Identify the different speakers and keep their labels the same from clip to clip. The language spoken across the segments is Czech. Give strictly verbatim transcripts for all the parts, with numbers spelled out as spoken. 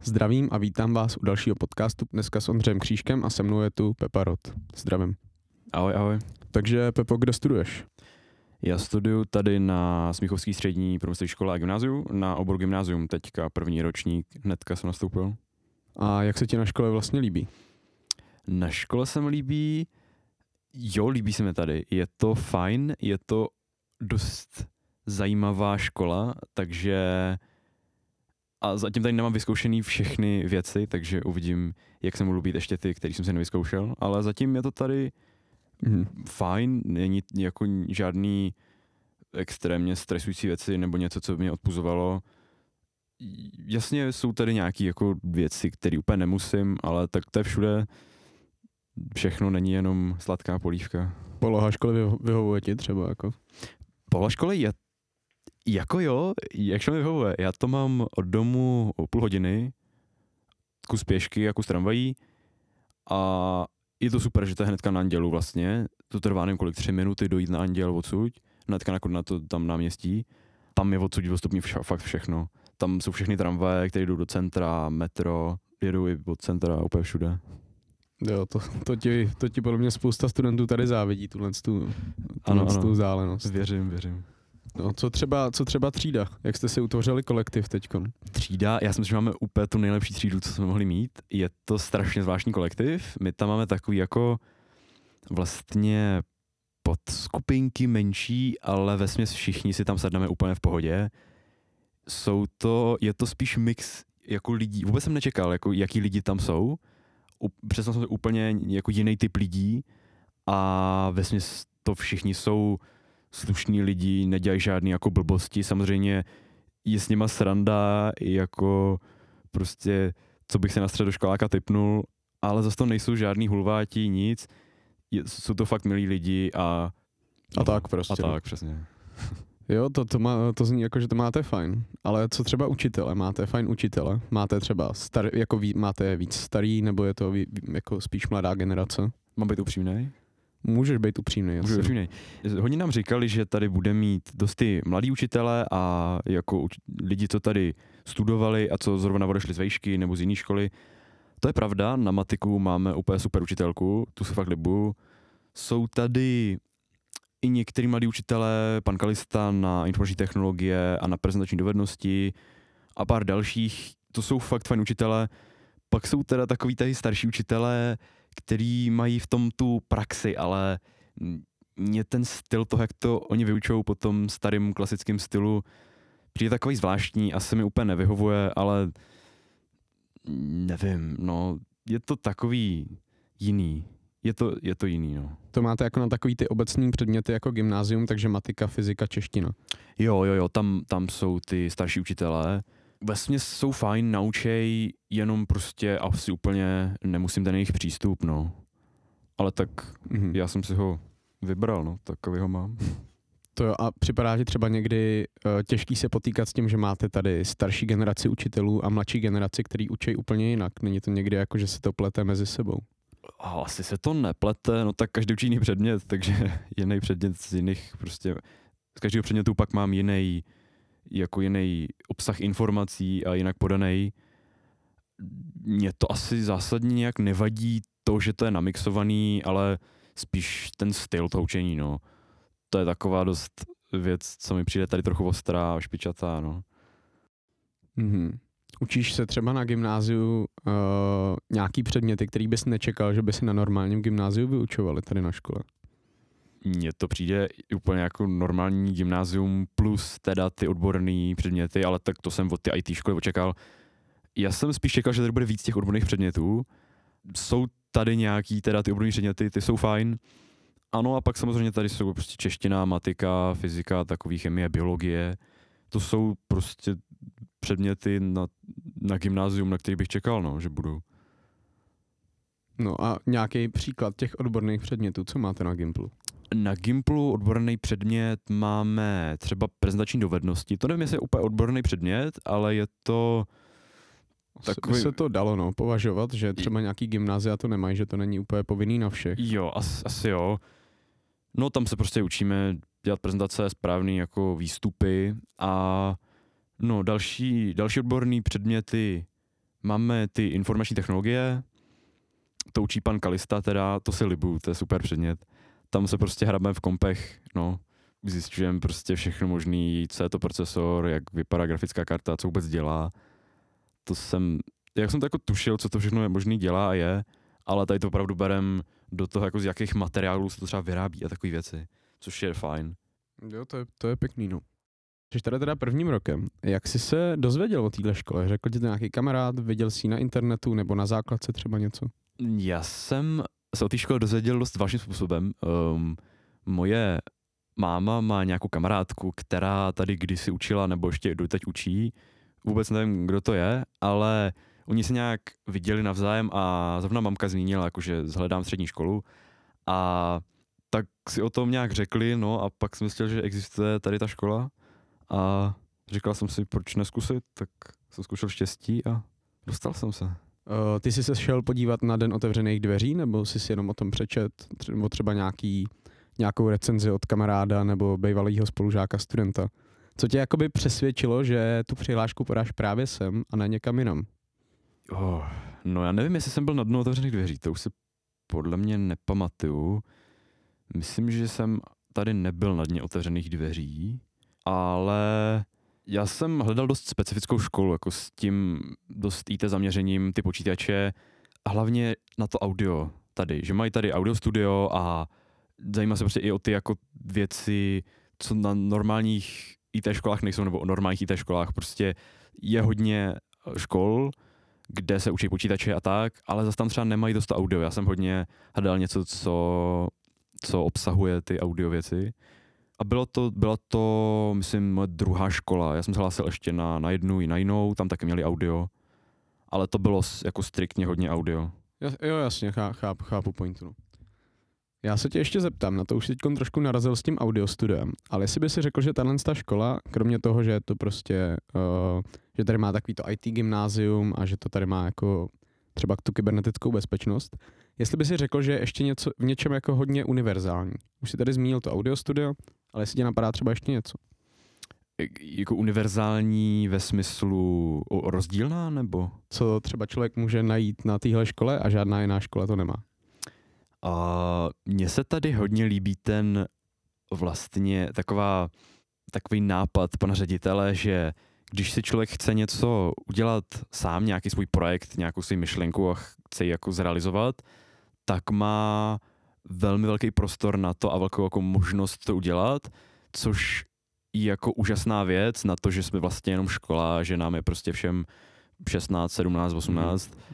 Speaker 1: Zdravím a vítám vás u dalšího podcastu dneska s Ondřejem Křížkem a se mnou je tu Pepa Rod. Zdravím.
Speaker 2: Ahoj, ahoj.
Speaker 1: Takže Pepo, kde studuješ?
Speaker 2: Já studuju tady na Smíchovské střední průmyslové škole a gymnáziu, na obor gymnázium teďka první ročník, hnedka jsem nastoupil.
Speaker 1: A jak se ti na škole vlastně líbí?
Speaker 2: Na škole se mi líbí, jo, líbí se mi tady, je to fajn, je to dost zajímavá škola, takže a zatím tady nemám vyzkoušený všechny věci, takže uvidím, jak se mu líbí ještě ty, který jsem si nevyzkoušel, ale zatím je to tady mm. fajn, není jako žádný extrémně stresující věci nebo něco, co mě odpuzovalo. Jasně jsou tady nějaké jako věci, které úplně nemusím, ale tak to je všude. Všechno není jenom sladká polívka.
Speaker 1: Poloha školy vyho- vyhovuje ti třeba jako?
Speaker 2: Poloha školy je jako jo, jak mi vyhovuje. Já to mám od domu o půl hodiny, kus pěšky a kus tramvají a je to super, že to je hnedka na Andělu vlastně. To trvá nevím kolik, tři minuty dojít na Anděl odsud, hnedka na, na to tam náměstí. Tam je odsud dostupný vša, fakt všechno. Tam jsou všechny tramvaje, které jdou do centra, metro, jedou i od centra úplně všude.
Speaker 1: Jo, to, to, ti, to ti podle mě spousta studentů tady závidí, tuhle tu,
Speaker 2: ano, ano.
Speaker 1: vzdálenost.
Speaker 2: Věřím, věřím.
Speaker 1: No, co třeba, co třeba třída? Jak jste si utvořili kolektiv teďkon?
Speaker 2: Třída, já si myslím, že máme úplně tu nejlepší třídu, co jsme mohli mít. Je to strašně zvláštní kolektiv. My tam máme takový jako vlastně podskupinky menší, ale vesměs všichni si tam sedneme úplně v pohodě. Jsou to, je to spíš mix jako lidí. Vůbec jsem nečekal, jako, jaký lidi tam jsou. Představil jsem si úplně jako jiný typ lidí a vesměs to všichni jsou slušní lidi, nedělají žádný jako blbosti. Samozřejmě je s nima sranda, jako prostě, co bych se na středoškoláka tipnul, ale zase to nejsou žádný hulváti, nic. Je, jsou to fakt milí lidi a...
Speaker 1: A tak prostě.
Speaker 2: A tak, přesně.
Speaker 1: Jo, to, to, má, to zní jako, že to máte fajn. Ale co třeba učitele? Máte fajn učitele? Máte třeba star, jako ví, máte víc starý, nebo je to ví, jako spíš mladá generace?
Speaker 2: Mám být upřímnej?
Speaker 1: Můžeš být upřímnej.
Speaker 2: Můžu být upřímnej. Hodně nám říkali, že tady bude mít dosti mladí učitele a jako uč- lidi, co tady studovali a co zrovna odešli z vejšky nebo z jiné školy. To je pravda, na matiku máme úplně super učitelku, tu se fakt libuju. Jsou tady i některý mladí učitelé, pan Kalista na informační technologie a na prezentační dovednosti a pár dalších, to jsou fakt fajn učitelé. Pak jsou teda takový tady starší učitelé, který mají v tom tu praxi, ale mě ten styl toho, jak to oni vyučují po tom starým klasickém stylu, přijde takový zvláštní, asi mi úplně nevyhovuje, ale nevím, no, je to takový jiný. Je to, je to jiný, no.
Speaker 1: To máte jako na takový ty obecní předměty jako gymnázium, takže matika, fyzika, čeština.
Speaker 2: Jo, jo, jo, tam, tam jsou ty starší učitelé. Vesměs jsou fajn, naučej, jenom prostě asi úplně nemusím ten jejich přístup, no. Ale tak mm-hmm. já jsem si ho vybral, no, takový ho mám.
Speaker 1: To jo, a připadá ti třeba někdy uh, těžký se potýkat s tím, že máte tady starší generaci učitelů a mladší generaci, který učí úplně jinak. Není to někdy jako, že se to plete mezi sebou?
Speaker 2: Asi se to neplete, no tak každý učí jiný předmět, takže jiný předmět z jiných prostě, z každého předmětu pak mám jiný, jako jiný obsah informací a jinak podaný. Mně to asi zásadně nějak nevadí to, že to je namixovaný, ale spíš ten styl toho učení, no. To je taková dost věc, co mi přijde tady trochu ostrá a špičatá, no.
Speaker 1: Mhm. Učíš se třeba na gymnáziu uh, nějaký předměty, který bys nečekal, že by si na normálním gymnáziu vyučovali tady na škole?
Speaker 2: Mně to přijde úplně jako normální gymnázium plus teda ty odborné předměty, ale tak to jsem od ty í té školy očekal. Já jsem spíš čekal, že tady bude víc těch odborných předmětů. Jsou tady nějaký teda ty odborné předměty, ty jsou fajn. Ano a pak samozřejmě tady jsou prostě čeština, matika, fyzika, takový chemie, biologie. To jsou prostě předměty na, na gymnázium, na který bych čekal, no, že budou.
Speaker 1: No a nějaký příklad těch odborných předmětů, co máte na Gimplu?
Speaker 2: Na Gimplu odborný předmět máme třeba prezentační dovednosti. To nevím, jestli je úplně odborný předmět, ale je to
Speaker 1: takový... se to dalo no, považovat, že třeba nějaký gymnázia to nemají, že to není úplně povinný na všech.
Speaker 2: Jo, as, asi jo. No tam se prostě učíme dělat prezentace, správný jako výstupy a no další, další odborný předměty máme ty informační technologie, to učí pan Kalista teda, to si libuju, to je super předmět. Tam se prostě hrabeme v kompech, no, zjišťujeme prostě všechno možný, co je to procesor, jak vypadá grafická karta, co vůbec dělá. To jsem, jak jsem to jako tušil, co to všechno je možný dělá a je, ale tady to opravdu berem do toho, jako z jakých materiálů se to třeba vyrábí a takové věci, což je fajn.
Speaker 1: Jo, to je, to je pěkný, no. Jsi tady teda prvním rokem. Jak jsi se dozvěděl o téhle škole? Řekl ti to nějaký kamarád, viděl jsi na internetu nebo na základce třeba něco?
Speaker 2: Já jsem se o té škole dozvěděl dost vážným způsobem. Um, moje máma má nějakou kamarádku, která tady kdysi učila, nebo ještě doteď učí. Vůbec nevím, kdo to je, ale oni se nějak viděli navzájem a zrovna mamka zmínila, jakože zhledám střední školu. A tak si o tom nějak řekli, no a pak jsem myslel, že existuje tady ta škola. A říkal jsem si, proč neskusit, tak jsem zkušel štěstí a dostal jsem se.
Speaker 1: Uh, ty jsi se šel podívat na Den otevřených dveří, nebo jsi si jenom o tom přečet, nebo třeba nějaký, nějakou recenzi od kamaráda nebo bývalého spolužáka, studenta? Co tě jakoby přesvědčilo, že tu přihlášku podáš právě sem a ne někam jinam?
Speaker 2: Oh, no já nevím, jestli jsem byl na Dnu otevřených dveří, to už si podle mě nepamatuju. Myslím, že jsem tady nebyl na Dně otevřených dveří, ale já jsem hledal dost specifickou školu, jako s tím dost í té zaměřením, ty počítače a hlavně na to audio tady, že mají tady audio studio a zajímá se prostě i o ty jako věci, co na normálních í té školách nejsou, nebo o normálních í té školách, prostě je hodně škol, kde se učí počítače a tak, ale zase tam třeba nemají dost audio. Já jsem hodně hledal něco, co, co obsahuje ty audio věci. A bylo to, byla to, myslím, moje druhá škola. Já jsem se hlásil ještě na, na jednu i na jinou, tam taky měli audio, ale to bylo jako striktně hodně audio.
Speaker 1: Jo, jasně, chápu, chápu pointu. Já se tě ještě zeptám, na to už si teď trošku narazil s tím audio studiem, ale jestli by si řekl, že tahle ta škola, kromě toho, že je to prostě, uh, že tady má takový to í té gymnázium a že to tady má jako třeba tu kybernetickou bezpečnost, jestli by si řekl, že je ještě něco, v něčem jako hodně univerzální. Už si tady zmínil to audio studio, ale jestli tě napadá třeba ještě něco.
Speaker 2: Jako univerzální ve smyslu rozdílná, nebo?
Speaker 1: Co třeba člověk může najít na téhle škole a žádná jiná škola to nemá.
Speaker 2: A mně se tady hodně líbí ten vlastně taková, takový nápad pana ředitele, že když si člověk chce něco udělat sám, nějaký svůj projekt, nějakou svou myšlenku a chce ji jako zrealizovat, tak má velmi velký prostor na to a velkou jako možnost to udělat, což je jako úžasná věc na to, že jsme vlastně jenom škola, že nám je prostě všem šestnáct, sedmnáct, osmnáct mm.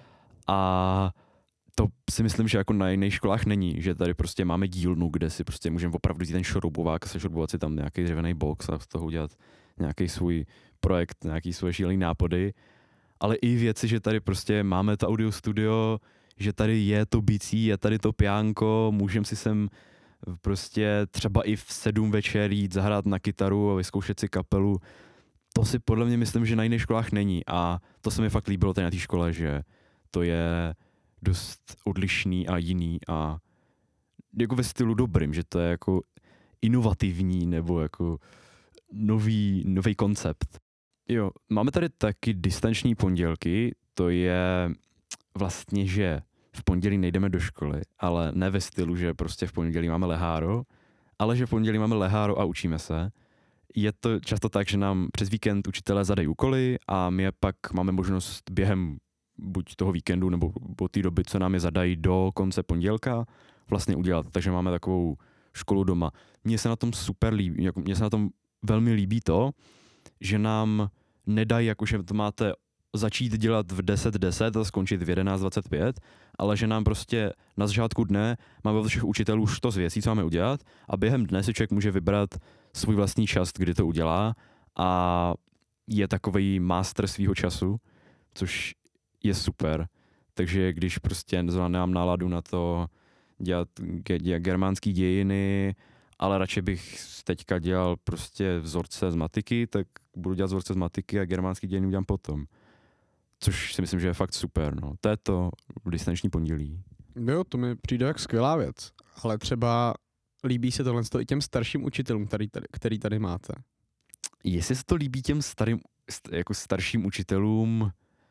Speaker 2: a to si myslím, že jako na jiných školách není, že tady prostě máme dílnu, kde si prostě můžeme opravdu jít ten šroubovák a sešroubovat si tam nějaký dřevěný box a z toho udělat nějaký svůj projekt, nějaký svoje šílený nápady, ale i věci, že tady prostě máme to audio studio, že tady je to bicí, je tady to piánko, můžeme si sem prostě třeba i v sedm večer jít zahrát na kytaru a vyzkoušet si kapelu. To si podle mě myslím, že na jiných školách není a to se mi fakt líbilo tady na té škole, že to je dost odlišný a jiný a jako ve stylu dobrým, že to je jako inovativní nebo jako nový, nový koncept. Jo, máme tady taky distanční pondělky, to je vlastně, že v pondělí nejdeme do školy, ale ne ve stylu, že prostě v pondělí máme leháro, ale že v pondělí máme leháro a učíme se. Je to často tak, že nám přes víkend učitelé zadají úkoly a my je pak máme možnost během buď toho víkendu nebo po té doby, co nám je zadají do konce pondělka, vlastně udělat. Takže máme takovou školu doma. Mně se na tom super líbí, jako mně se na tom velmi líbí to, že nám nedají, jakože to máte začít dělat v deset deset a skončit v jedenáct dvacet pět, ale že nám prostě na začátku dne máme od všech učitelů už to z věcí, co máme udělat a během dne si člověk může vybrat svůj vlastní čas, kdy to udělá a je takovej master svýho času, což je super. Takže když prostě nemám náladu na to dělat, dělat germánský dějiny, ale radši bych teďka dělal prostě vzorce z matiky, tak budu dělat vzorce z matiky a germánský dějiny udělám potom. Což si myslím, že je fakt super. No. To je to distanční pondělí.
Speaker 1: Jo, to mi přijde jak skvělá věc. Ale třeba líbí se tohle i těm starším učitelům, který tady, který tady máte.
Speaker 2: Jestli se to líbí těm starým, jako starším učitelům,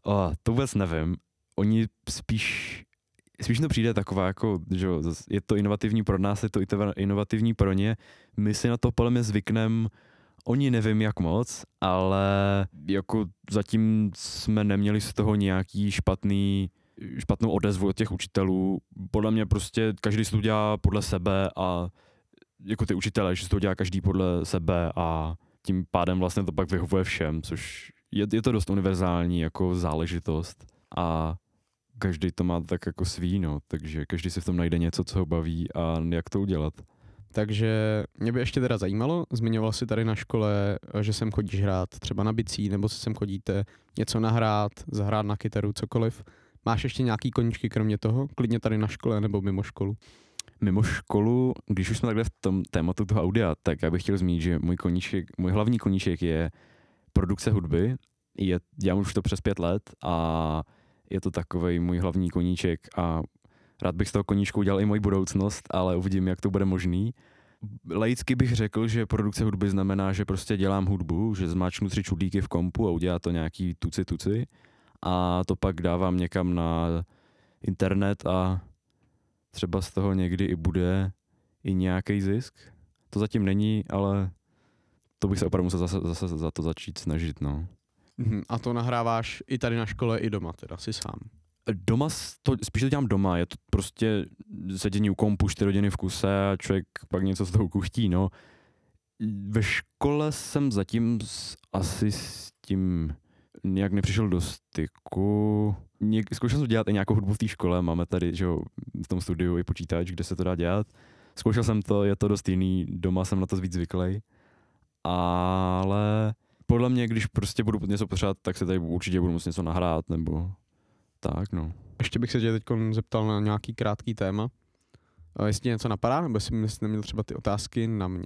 Speaker 2: O, to vůbec nevím. Oni spíš, spíš to přijde taková jako, že je to inovativní pro nás, je to inovativní pro ně. My si na to podle mě zvykneme, oni nevím jak moc, ale jako zatím jsme neměli z toho nějaký špatný, špatnou odezvu od těch učitelů. Podle mě prostě každý si to dělá podle sebe a jako ty učitelé, že si to dělá každý podle sebe a tím pádem vlastně to pak vyhovuje všem, což je, je to dost univerzální jako záležitost a každý to má tak jako svý, no, takže každý si v tom najde něco, co ho baví a jak to udělat.
Speaker 1: Takže mě by ještě teda zajímalo, zmiňoval jsi tady na škole, že sem chodíš hrát třeba na bicí, nebo si sem chodíte něco nahrát, zahrát na kytaru, cokoliv. Máš ještě nějaký koníčky kromě toho? Klidně tady na škole nebo mimo školu?
Speaker 2: Mimo školu, když už jsme takhle v tom tématu toho audia, tak já bych chtěl zmínit, že můj koníček, můj hlavní koníček je produkce hudby. Je, já už to přes pět let a je to takovej můj hlavní koníček a rád bych z toho koníčku udělal i moji budoucnost, ale uvidím, jak to bude možný. Laicky bych řekl, že produkce hudby znamená, že prostě dělám hudbu, že zmáčknu tři čudlíky v kompu a udělá to nějaký tuci tuci a to pak dávám někam na internet a třeba z toho někdy i bude i nějaký zisk. To zatím není, ale to bych se opravdu musel zase, zase za to začít snažit, no.
Speaker 1: A to nahráváš i tady na škole, i doma, teda si sám?
Speaker 2: Doma, to, spíš to dělám doma, je to prostě sedění u kompu čtyři hodiny v kuse a člověk pak něco z toho kuchtí, no. Ve škole jsem zatím s, asi s tím nějak nepřišel do styku. Něk, zkoušel jsem dělat i nějakou hudbu v té škole, máme tady, že jo, v tom studiu i počítač, kde se to dá dělat. Zkoušel jsem to, je to dost jiný, doma jsem na to víc zvyklý. Ale podle mě, když prostě budu něco potřebovat, tak se tady určitě budu muset něco nahrát, nebo tak, no.
Speaker 1: Ještě bych se tě teď zeptal na nějaký krátký téma. Jestli něco napadá, nebo jestli jsi neměl třeba ty otázky na mě?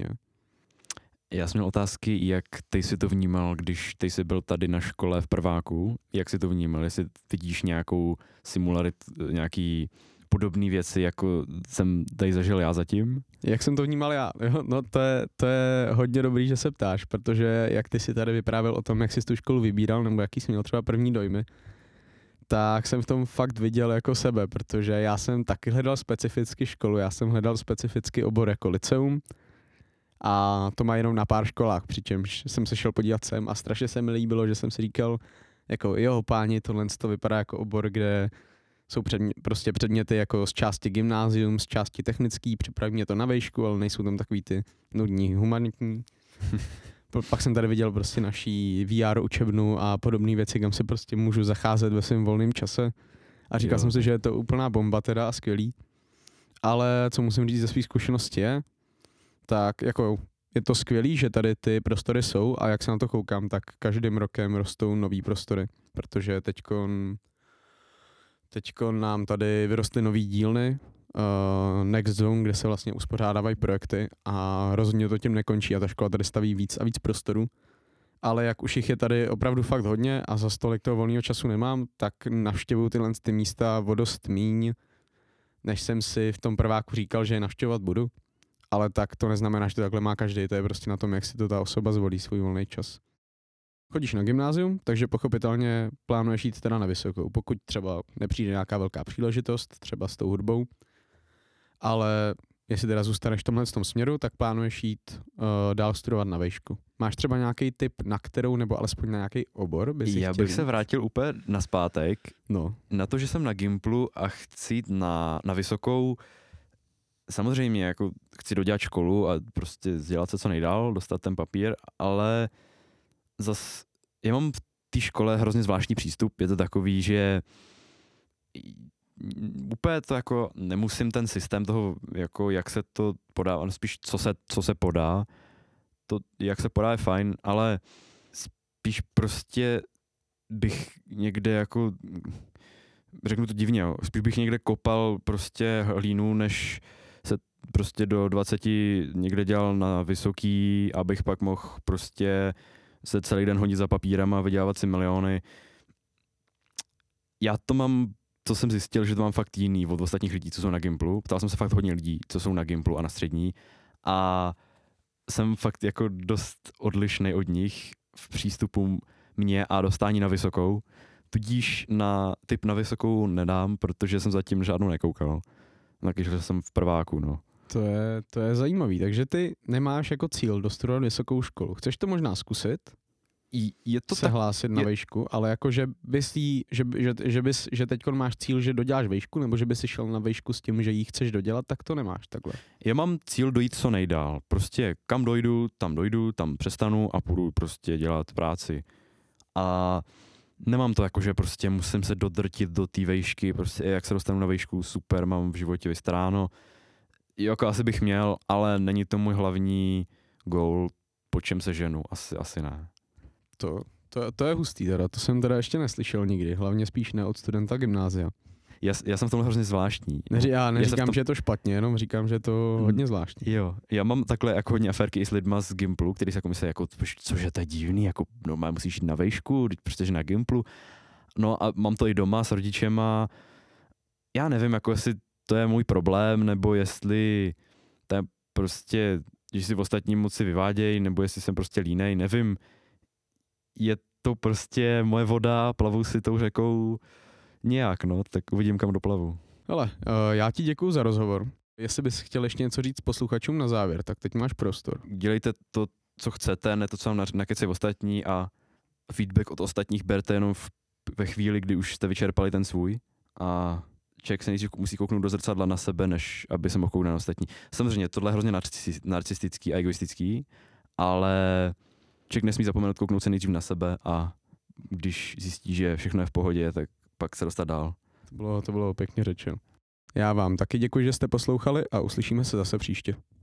Speaker 2: Já jsem měl otázky, jak ty jsi to vnímal, když ty jsi byl tady na škole v prváku. Jak jsi to vnímal? Jestli vidíš nějakou simularit, nějaký podobné věci, jako jsem tady zažil já zatím?
Speaker 1: Jak jsem to vnímal já? Jo, no to je, to je hodně dobrý, že se ptáš, protože jak ty si tady vyprávěl o tom, jak jsi tu školu vybíral, nebo jaký jsi měl třeba první dojmy, tak jsem v tom fakt viděl jako sebe, protože já jsem taky hledal specificky školu, já jsem hledal specificky obor jako lyceum a to má jenom na pár školách, přičemž jsem se šel podívat sem a strašně se mi líbilo, že jsem si říkal, jako jo, páni, tohle to vypadá jako obor, kde jsou předmě, prostě předměty jako z části gymnázium, z části technický, připraví mě to na vejšku, ale nejsou tam takový ty nudní humanitní. Pak jsem tady viděl prostě naší V R učebnu a podobné věci, kam se prostě můžu zacházet ve svém volném čase. A říkal jo. jsem si, že je to úplná bomba teda a skvělý. Ale co musím říct ze svých zkušeností je, tak jako je to skvělý, že tady ty prostory jsou a jak se na to koukám, tak každým rokem rostou nový prostory, protože teďkon, teďkon nám tady vyrostly nový dílny, Uh, Next Zone, kde se vlastně uspořádávají projekty a rozhodně to tím nekončí a ta škola tady staví víc a víc prostorů. Ale jak už jich je tady opravdu fakt hodně a za stolik toho volného času nemám, tak navštěvuju tyhle ty místa o dost míň, než jsem si v tom prváku říkal, že je navštěvovat budu. Ale tak to neznamená, že to takhle má každý, to je prostě na tom, jak si to ta osoba zvolí svůj volný čas. Chodíš na gymnázium, takže pochopitelně plánuješ jít teda na vysokou, pokud třeba nepřijde nějaká velká příležitost, třeba s tou hudbou. Ale jestli teda zůstaneš v tomhle tom směru, tak plánuješ jít uh, dál studovat na vejšku. Máš třeba nějaký tip, na kterou, nebo alespoň na nějaký obor bys
Speaker 2: Já bych
Speaker 1: chtěl?
Speaker 2: se vrátil úplně nazpátek.
Speaker 1: No.
Speaker 2: Na to, že jsem na Gimplu a chci jít na, na vysokou, samozřejmě jako chci dodělat školu a prostě dělat se co nejdál, dostat ten papír, ale zas já mám v té škole hrozně zvláštní přístup. Je to takový, že úplně to jako nemusím ten systém toho, jako jak se to podá, ale spíš co se, co se podá, to jak se podá je fajn, ale spíš prostě bych někde jako, řeknu to divně, spíš bych někde kopal prostě hlínu, než se prostě do dvaceti někde dělal na vysoký, abych pak mohl prostě se celý den hodit za papírama a vydělávat si miliony. Já to mám, to jsem zjistil, že to mám fakt jiný od ostatních lidí, co jsou na Gimplu. Ptal jsem se fakt hodně lidí, co jsou na Gimplu a na střední a jsem fakt jako dost odlišný od nich v přístupu mě a dostání na vysokou, tudíž na typ na vysokou nedám, protože jsem zatím žádnou nekoukal. Takže jsem v prváku, no.
Speaker 1: To je, to je zajímavý, takže ty nemáš jako cíl dostudovat vysokou školu. Chceš to možná zkusit?
Speaker 2: Je to
Speaker 1: se
Speaker 2: tak,
Speaker 1: hlásit na
Speaker 2: je,
Speaker 1: vejšku, ale jako, že bys jí, že, že, že, bys, že teď máš cíl, že doděláš vejšku, nebo že bys si šel na vejšku s tím, že ji chceš dodělat, tak to nemáš takhle.
Speaker 2: Já mám cíl dojít co nejdál. Prostě kam dojdu, tam dojdu, tam přestanu a půjdu prostě dělat práci. A nemám to jako, že prostě musím se dodrtit do té vejšky, prostě jak se dostanu na vejšku, super, mám v životě vystaráno. Jako asi bych měl, ale není to můj hlavní goal, po čem se ženu, asi, asi ne.
Speaker 1: To, to, to je hustý teda, to jsem teda ještě neslyšel nikdy, hlavně spíš ne od studenta gymnázia.
Speaker 2: Já, já jsem v tom hrozně zvláštní.
Speaker 1: Neří, já neříkám,
Speaker 2: já tom...
Speaker 1: že je to špatně, jenom říkám, že je to hodně zvláštní.
Speaker 2: Jo, já mám takhle jako hodně aférky i s lidma z Gimplu, který se jako myslí, jako, cože to je divný, jako normálně musíš jít na vejšku, protože na Gimplu. No a mám to i doma s rodičema. Já nevím, jako jestli to je můj problém, nebo jestli to je prostě, když si v ostatní moc si vyváděj, nebo jestli jsem prostě línej, nevím. Je to prostě moje voda, plavu si tou řekou nějak, no, tak uvidím, kam doplavu.
Speaker 1: Hele, uh, já ti děkuju za rozhovor. Jestli bys chtěl ještě něco říct posluchačům na závěr, tak teď máš prostor.
Speaker 2: Dělejte to, co chcete, ne to, co vám nakecají ostatní a feedback od ostatních berte jenom v, ve chvíli, kdy už jste vyčerpali ten svůj a člověk se nejdřív musí kouknout do zrcadla na sebe, než aby se mohl kouknout na ostatní. Samozřejmě, tohle je hrozně narcistický a egoistický, ale člověk nesmí zapomenout kouknout se nejdřív na sebe a když zjistí, že všechno je v pohodě, tak pak se dostat dál.
Speaker 1: To bylo, to bylo pěkně řečeno. Já vám taky děkuji, že jste poslouchali a uslyšíme se zase příště.